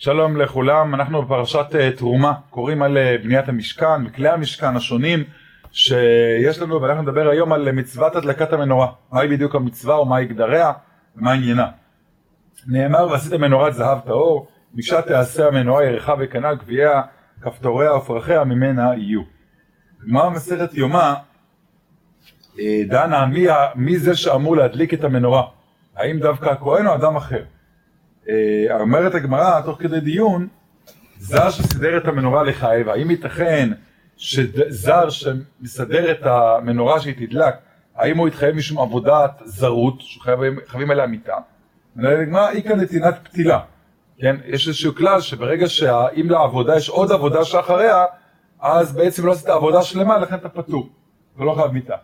שלום לכולם, אנחנו בפרשת תרומה, קוראים על בניית המשכן, בכלי המשכן השונים שיש לנו, ואנחנו נדבר היום על מצוות הדלקת המנורה. מהי בדיוק המצווה ומה יגדריה ומה עניינה. נאמר ועשית מנורת זהב טהור, מקשה תעשה המנורה ירחה וכנל, גביעיה, כפתוריה ופרחיה ממנה יהיו. גמרא מסכת יומא דנה מי זה שאמור להדליק את המנורה, האם דווקא הכהן או אדם אחר. אומרת הגמרא תוך כדי דיון, זר שסידר את המנורה לחייב, האם ייתכן שזר שמסדר את המנורה שהיא תדלק, האם הוא יתחייב משום עבודת זרות שחייבים עליה מיתה? לגמרא היא כאן נתינת פתילה, כן? יש איזשהו כלל שברגע שאם לעבודה יש עוד עבודה שאחריה, אז בעצם לא עשית עבודה שלמה, לכן אתה פטור ולא חייב מיתה.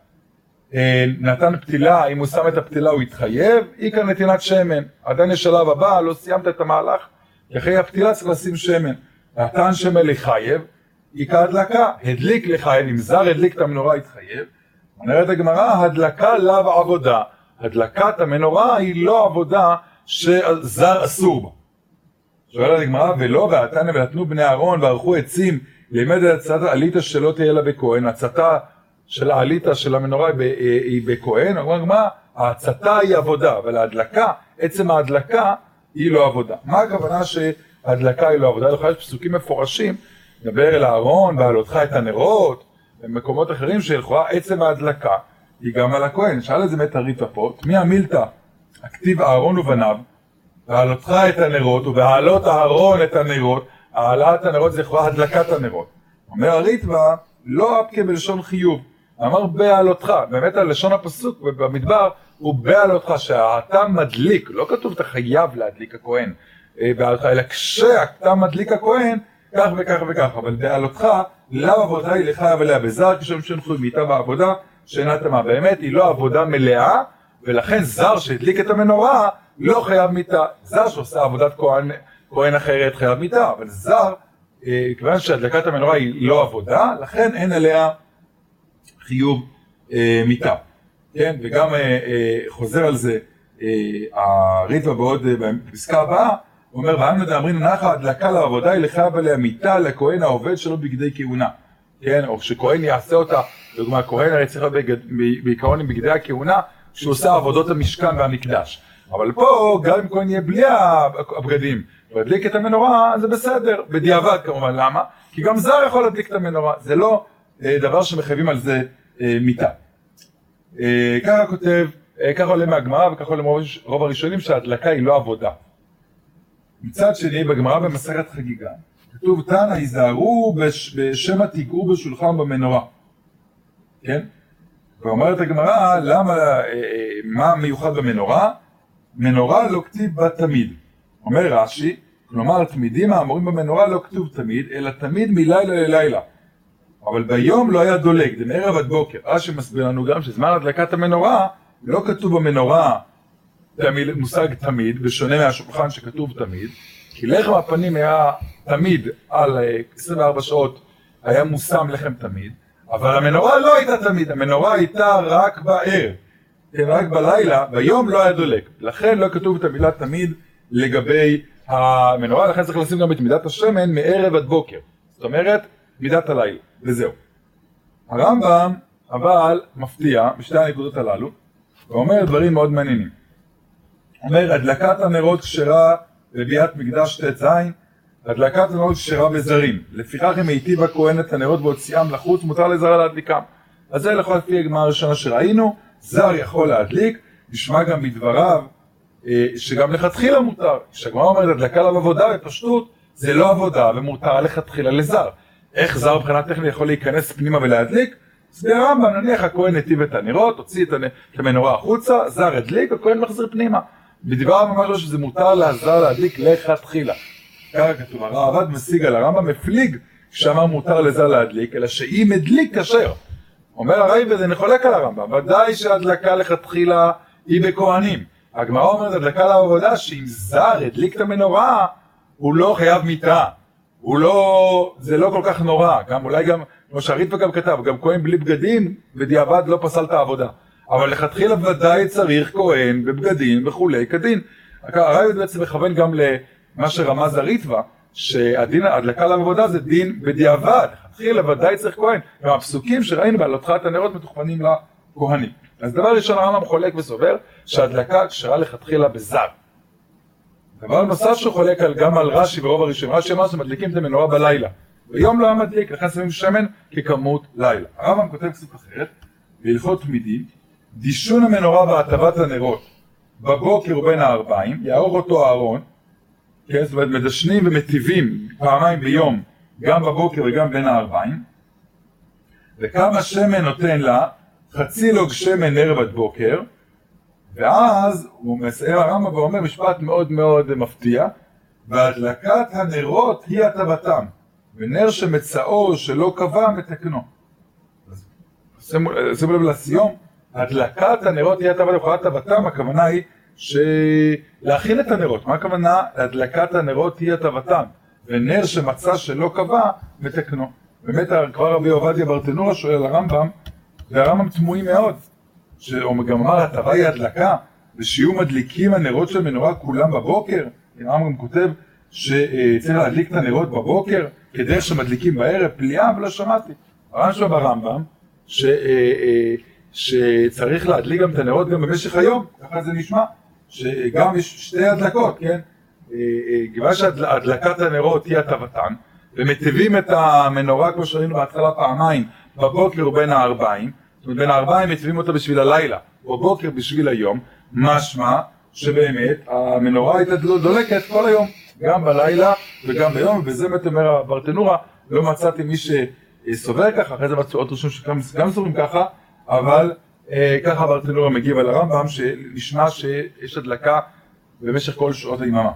נתן פתילה, אם הוא שם את הפתילה הוא יתחייב, היא כאן נתינת שמן. עדיין יש שלב הבא, לא סיימת את המהלך, אחרי הפתילה צריך לשים שמן. נתן שמן לחייב, היא כהדלקה, הדליק לחייב, אם זר הדליק את המנורה יתחייב. אומרת הגמרא, הדלקה לאו עבודה, הדלקת המנורה היא לא עבודה שזר אסור בה. שואלת הגמרא, ולא ועתנה ונתנו בני אהרון וערכו עצים, לימד את הצעת העליתה שלא תהיה לה בכהן, הצתה של העליתה של המנורה היא בכהן, אומרת מה? ההצתה היא עבודה, אבל ההדלקה, עצם ההדלקה היא לא עבודה. מה הכוונה שההדלקה היא לא עבודה? לכן יש פסוקים מפורשים, דבר אל אהרון בעלותך את הנרות, במקומות אחרים שלכאורה עצם ההדלקה היא גם על הכהן. שאל את זה מטריפה פה, מי המילתא? הכתיב אהרון ובניו, בעלותך את הנרות, ובעלות אהרון את הנרות, העלאת הנרות זה לכאורה הדלקת הנרות. אומר הריטב"א, לא אפקה בלשון חיוב, אמר בעלותך, באמת הלשון הפסוק במדבר הוא בעלותך, שאתה מדליק, לא כתוב אתה חייב להדליק הכהן בעלותך, אלא כשאתה מדליק הכהן, כך וכך וכך, אבל בעלותך, לאו עבודה היא לחייב עליה בזר, כשם שנחוי מיתה בעבודה שאינה תמה, באמת היא לא עבודה מלאה, ולכן זר שהדליק את המנורה לא חייב מיתה, זר שעושה עבודת כהן אחרת חייב מיתה, אבל זר, כיוון שהדלקת המנורה היא לא עבודה, לכן אין עליה חיוב מיתה. כן? וגם חוזר על זה הריטב"א בעוד בפסקה הבאה, הוא אומר, ואנו דאמרין נחה הדלקה לעבודה היא לחייב עליה מיתה לכהן העובד שלו בגדי כהונה. כן? או שכהן יעשה אותה, לדוגמה, כהן הרי צריך להיות בעיקרון עם בגדי הכהונה, שהוא עושה עבודות המשכן והמקדש. אבל פה, גם אם כהן יהיה בלי הבגדים, והדליק את המנורה, זה בסדר, בדיעבד כמובן. למה? כי גם זר יכול להדליק את המנורה, זה לא דבר שמחייבים על זה מיתה. ככה כותב, ככה עולה מהגמרא וככה עולה רוב הראשונים שההדלקה היא לא עבודה. מצד שני, בגמרא במסכת חגיגה, כתוב תנא היזהרו בשמא תיגעו בשולחן במנורה. כן? ואומרת הגמרא, למה, מה מיוחד במנורה? מנורה לא כתיב בה תמיד. אומר רש"י, כלומר התמידים האמורים במנורה לא כתוב תמיד, אלא תמיד מלילה ללילה. אבל ביום לא היה דולק, זה מערב עד בוקר. רש"י מסביר לנו גם שזמן הדלקת המנורה לא כתוב במנורה מושג תמיד, בשונה מהשולחן שכתוב תמיד, כי לחם הפנים היה תמיד על 24 שעות, היה מושם לחם תמיד, אבל המנורה לא הייתה תמיד, המנורה הייתה רק בערב, רק בלילה, ביום לא היה דולק. לכן לא כתוב את המילה תמיד לגבי המנורה, לכן צריך לשים גם את מידת השמן מערב עד בוקר. זאת אומרת, מידת הלילה, וזהו. הרמב"ם, אבל מפתיע בשתי הנקודות הללו, ואומר דברים מאוד מעניינים. אומר, הדלקת הנרות כשרה בביאת מקדש ט"ז, הדלקת הנרות כשרה בזרים. לפיכך אם היטיב הכהן את הנרות והוציאם לחוץ, מותר לזר להדליקם. אז זה לכל לפי הגמרא הראשונה שראינו, זר יכול להדליק, נשמע גם בדבריו, שגם לכתחילה מותר. כשהגמרא אומרת, הדלקה עליו עבודה בפשטות, זה לא עבודה ומותר לכתחילה לזר. איך זר מבחינה טכנית יכול להיכנס פנימה ולהדליק? אז ברמב"ם נניח הכהן הטיב את הנרות, הוציא את המנורה החוצה, זר הדליק, הכהן מחזיר פנימה. בדבר ממש לא שזה מותר לזר להדליק לכתחילה. ככה כתוב, הרעב"ד משיג על הרמב"ם מפליג שאמר מותר לזר להדליק, אלא שאם הדליק כשר. אומר הרייבד, זה נחולק על הרמב"ם, ודאי שההדלקה לכתחילה היא בכהנים. הגמרא אומרת, הדלקה לעבודה שאם זר הדליק את המנורה, הוא לא חייב מיתה. זה לא כל כך נורא, גם אולי גם, כמו שהריטב"א גם כתב, גם כהן בלי בגדים, בדיעבד לא פסל את העבודה. אבל לכתחילה ודאי צריך כהן בבגדים וכולי כדין. הרייבד בעצם מכוון גם מה שרמז הריטב"א, שהדין ההדלקה לעבודה זה דין בדיעבד, לכתחילה ודאי צריך כהן, גם הפסוקים שראינו בהדלקת הנרות מתוכננים לכהנים. אז דבר ראשון הרמב"ם חולק וסובר שההדלקה כשרה לכתחילה בזר. דבר נוסף שהוא חולק גם על רש"י ברוב הראשון, רש"י אמר שמדליקים את המנורה בלילה, ביום לא היה מדליק, לכן שמים שמן ככמות לילה. הרמב"ם כותב קצת אחרת, בהלכות תמידים, דישון המנורה בהטבת הנרות בבוקר ובין הערביים, יערוך אותו הארון, כן, זאת אומרת מדשנים ומטיבים פעמיים ביום, גם בבוקר וגם בין הערביים, וכמה שמן נותן לה, חצי לוג שמן ערב עד בוקר, ואז הוא מסיים הרמב"ם ואומר משפט מאוד מאוד מפתיע, והדלקת הנרות היא הטבתם, ונר שמצאו שלא קבע מתקנו. שימו לב לסיום, הדלקת הנרות היא הטבתם, הכוונה היא להכין את הנרות. מה הכוונה? הדלקת הנרות היא הטבתם, ונר שמצא שלא קבע מתקנו. באמת כבר רבי עובדיה ברטנורה שואל הרמב"ם, והרמב"ם תמוהי מאוד, שהוא גם אמר הטבה היא הדלקה, ושיהיו מדליקים הנרות של מנורה כולם בבוקר. הרמב"ם כותב שצריך להדליק את הנרות בבוקר, כדרך שמדליקים בערב, פליאה, ולא שמעתי. הרמב"ם שלו ברמב"ם, שצריך להדליק גם את הנרות גם במשך היום, ככה זה נשמע, שגם יש שתי הדלקות, כן? כיוון שהדלקת הנרות היא הטבתן, ומטיבים את המנורה, כמו שראינו בהתחלה פעמיים, בבוקר ובין הערביים, זאת אומרת, בין הערביים מטיבים אותה בשביל הלילה, בבוקר בשביל היום, משמע שבאמת המנורה הייתה דולקת כל היום, גם בלילה וגם ביום, ובזה באמת אומר הברטנורה, לא מצאתי מי שסובר ככה, אחרי זה מצאו עוד ראשון שגם סוברים ככה, אבל ככה הברטנורה מגיב על הרמב"ם, שנשמע שיש הדלקה במשך כל שעות היממה.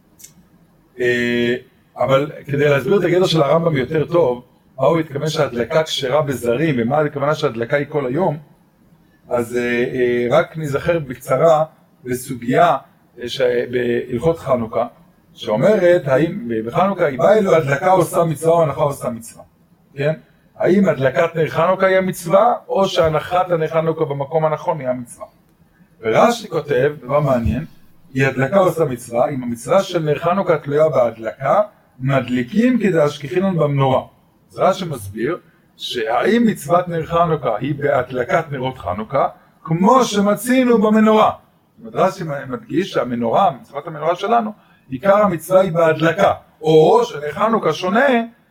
אבל כדי להסביר את הגדר של הרמב"ם יותר טוב, מה הוא התכוון שההדלקה כשרה בזרים, ומה הכוונה שההדלקה היא כל היום, אז רק נזכר בקצרה בסוגיה בהלכות חנוכה, שאומרת האם בחנוכה היא באה אלו הדלקה עושה מצווה או הנחה עושה מצווה, כן? האם הדלקת נר חנוכה היא המצווה, או שהנחת הנר חנוכה במקום הנכון היא המצווה? ורש"י כותב, דבר מעניין, היא הדלקה עושה מצווה, אם המצווה של נר חנוכה תלויה בהדלקה, מדליקים כדי להשכיחינן במנורה. אז רש"י מסביר, שהאם מצוות נר חנוכה היא בהדלקת נרות חנוכה, כמו שמצינו במנורה. זאת אומרת, רש"י מדגיש שהמנורה, מצוות המנורה שלנו, עיקר המצווה היא בהדלקה, או שנר חנוכה שונה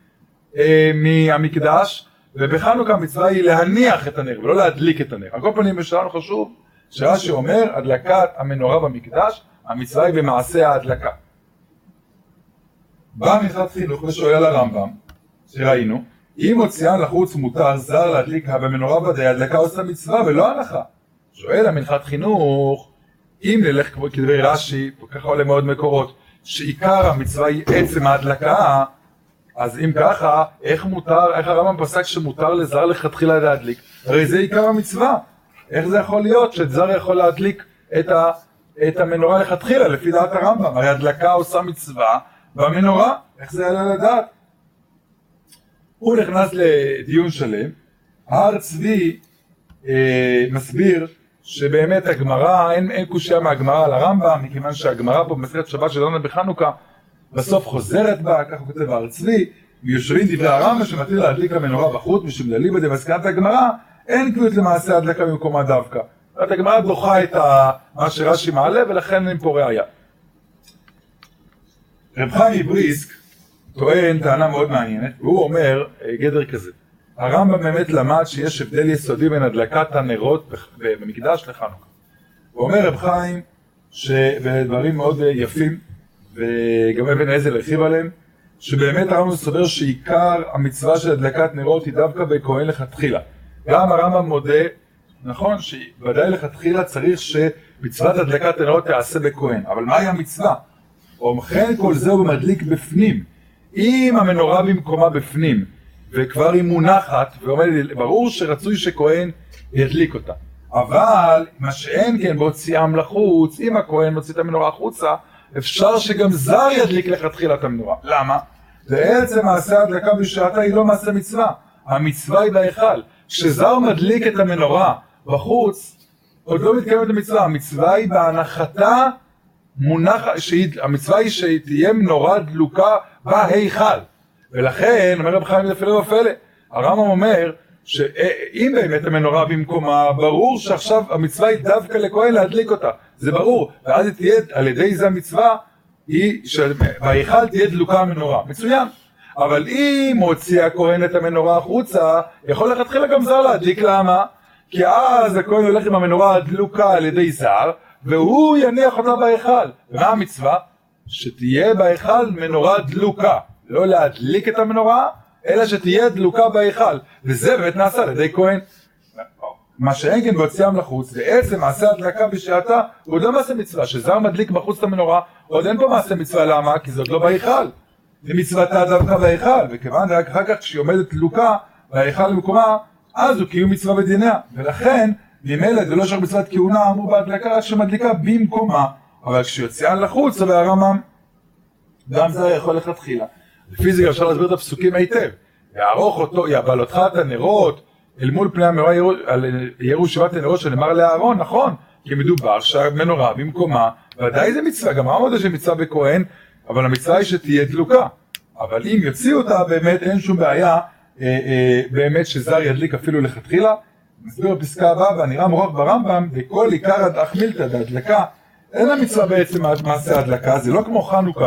מהמקדש, ובחנוכה המצווה היא להניח את הנר ולא להדליק את הנר. על כל פנים בשלנו חשוב שרש"י אומר, הדלקת המנורה במקדש, המצווה היא במעשה ההדלקה. בא מנחת חינוך ושואל על הרמב"ם, שראינו, אם הוציאן לחוץ מותר זר להדליק במנורה ודאי, הדלקה עושה מצווה ולא הנחה. שואל המנחת חינוך, אם נלך כדברי רש"י, וככה עולה מאוד מקורות, שעיקר המצווה היא עצם ההדלקה, אז אם ככה, איך הרמב"ם פסק שמותר לזר לכתחילה להדליק? הרי זה עיקר המצווה. איך זה יכול להיות שזר יכול להדליק את המנורה לכתחילה, לפי דעת הרמב"ם? הרי הדלקה עושה מצווה במנורה, איך זה יעלה לדעת? הוא נכנס לדיון שלם, הר צבי מסביר שבאמת הגמרא, אין קושיה מהגמרא על הרמב"ם, מכיוון שהגמרא פה במסכת שבת שדנה בחנוכה, בסוף חוזרת בה, כך הוא כותב הר צבי, מיושבים דברי הרמב"ם שמתיר להדליק המנורה בחוץ, משום דליבא דמסקנת הגמרא, אין קביעות למעשה הדלקה במקומה דווקא. הגמרא דוחה את מה שרש"י מעלה, ולכן אין פה ראיה. רב חיים מבריסק טוען טענה מאוד מעניינת, והוא אומר גדר כזה. הרמב"ם באמת למד שיש הבדל יסודי בין הדלקת הנרות במקדש לחנוכה. הוא אומר רב חיים שבדברים מאוד יפים, וגם אבן עזר הרחיב עליהם, שבאמת הרמב"ם סובר שעיקר המצווה של הדלקת נרות היא דווקא בכהן לכתחילה. גם הרמב"ם מודה, נכון, שוודאי לכתחילה צריך שמצוות הדלקת הנרות תעשה בכהן, אבל מהי המצווה? ובכן כל זה הוא מדליק בפנים. אם המנורה במקומה בפנים, וכבר היא מונחת, ברור שרצוי שכהן ידליק אותה. אבל מה שאין כן בהוציאם לחוץ, אם הכהן מוציא את המנורה החוצה, אפשר שגם זר ידליק לכתחילה את המנורה. למה? בעצם מעשה ההדלקה בשעתה היא לא מעשה מצווה. המצווה היא בהיכל. כשזר מדליק את המנורה בחוץ, עוד לא מתקיימת המצווה. המצווה היא בהנחתה המצווה היא שתהיה מנורה דלוקה בהיכל. ולכן, אומר רב חיים הפלא ופלא, הרמב"ם אומר שאם באמת המנורה במקומה, ברור שעכשיו המצווה היא דווקא לכהן להדליק אותה. זה ברור. ואז היא תהיה, על ידי זה המצווה, היא שבהיכל תהיה דלוקה המנורה. מצוין. אבל אם הוציא הכהן את המנורה החוצה, יכול לכתחילה גם זר להדליק. למה? כי אז הכהן הולך עם המנורה הדלוקה על ידי זר, והוא יניח אותה בהיכל. ומה המצווה? שתהיה בהיכל מנורה דלוקה. לא להדליק את המנורה, אלא שתהיה דלוקה בהיכל. וזה באמת נעשה על ידי כהן. מה שאין כן בהוציאם לחוץ, בעצם מעשה הדלקה בשעתה, הוא עוד לא מעשה מצווה. שזר מדליק בחוץ את המנורה, עוד אין פה מעשה מצווה. למה? כי זאת לא בהיכל. זה מצוותה דווקא בהיכל, וכיוון רק אחר כך כשהיא עומדת דלוקה בהיכל למקומה, אז הוא קיום מצווה בדיניה. ולכן, ממילא זה לא שרק מצוות כהונה אמור בהדלקה שמדליקה במקומה, אבל כשיוצאן לחוץ, זה הרמב"ם, גם זה יכול לכתחילה. לפי זה אפשר להסביר את הפסוקים היטב. יערוך אותו, יעבלותך את הנרות, אל מול פני המנורה יראו שבעת הנרות שנאמר לאהרון, נכון, כי מדובר שהמנורה במקומה, ודאי זה מצווה, גם הרמב"ם יודע שמצווה בכהן, אבל המצווה היא שתהיה דלוקה. אבל אם יוציאו אותה, באמת אין שום בעיה, באמת שזר ידליק אפילו לכתחילה. נסביר בפסקה הבאה, והנראה מוכח ברמב"ם, בכל עיקר הדרך מילתא דהדלקה, אין המצווה בעצם מעשה ההדלקה, זה לא כמו חנוכה,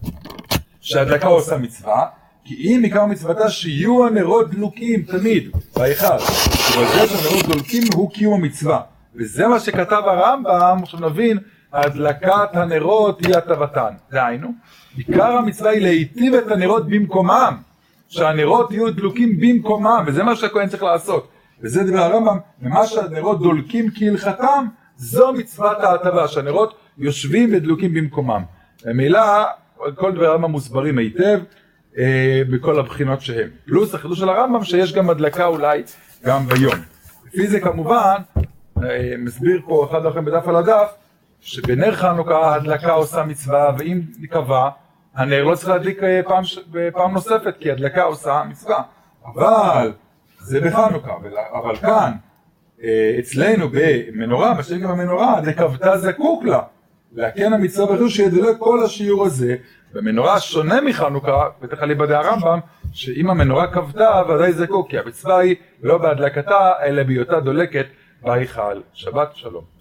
שההדלקה עושה מצווה, כי אם עיקר מצוותה שיהיו הנרות דלוקים תמיד, בהיכל, ובזה שהנרות דולקים הוא קיום המצווה. וזה מה שכתב הרמב"ם, עכשיו נבין, הדלקת הנרות היא הטבתן. דהיינו, עיקר המצווה היא להיטיב את הנרות במקומם, שהנרות יהיו דלוקים במקומם, וזה מה שהכהן צריך לעשות. וזה דבר הרמב"ם, ומה שהנרות דולקים כהלכתם, זו מצוות ההטבה, שהנרות יושבים ודלוקים במקומם. במילה, כל דבר הרמב"ם מוסברים היטב, בכל הבחינות שהם. פלוס החידוש של הרמב"ם, שיש גם הדלקה אולי גם ביום. לפי זה כמובן, מסביר פה אחד לכם בדף על הדף, שבנר חנוכה ההדלקה עושה מצווה, ואם נקבע, הנר לא צריך להדליק פעם נוספת, כי הדלקה עושה מצווה. אבל זה בחנוכה, אבל כאן, אצלנו במנורה, מה שגם המנורה, דקבתה זקוק לה. להכן המצווה בחידוש שידלק כל השיעור הזה. במנורה שונה מחנוכה, בטח על ידי הרמב"ם, שאם המנורה כבתה, ודאי זקוק, כי המצווה היא לא בהדלקתה, אלא בהיותה דולקת בהיכל. שבת שלום.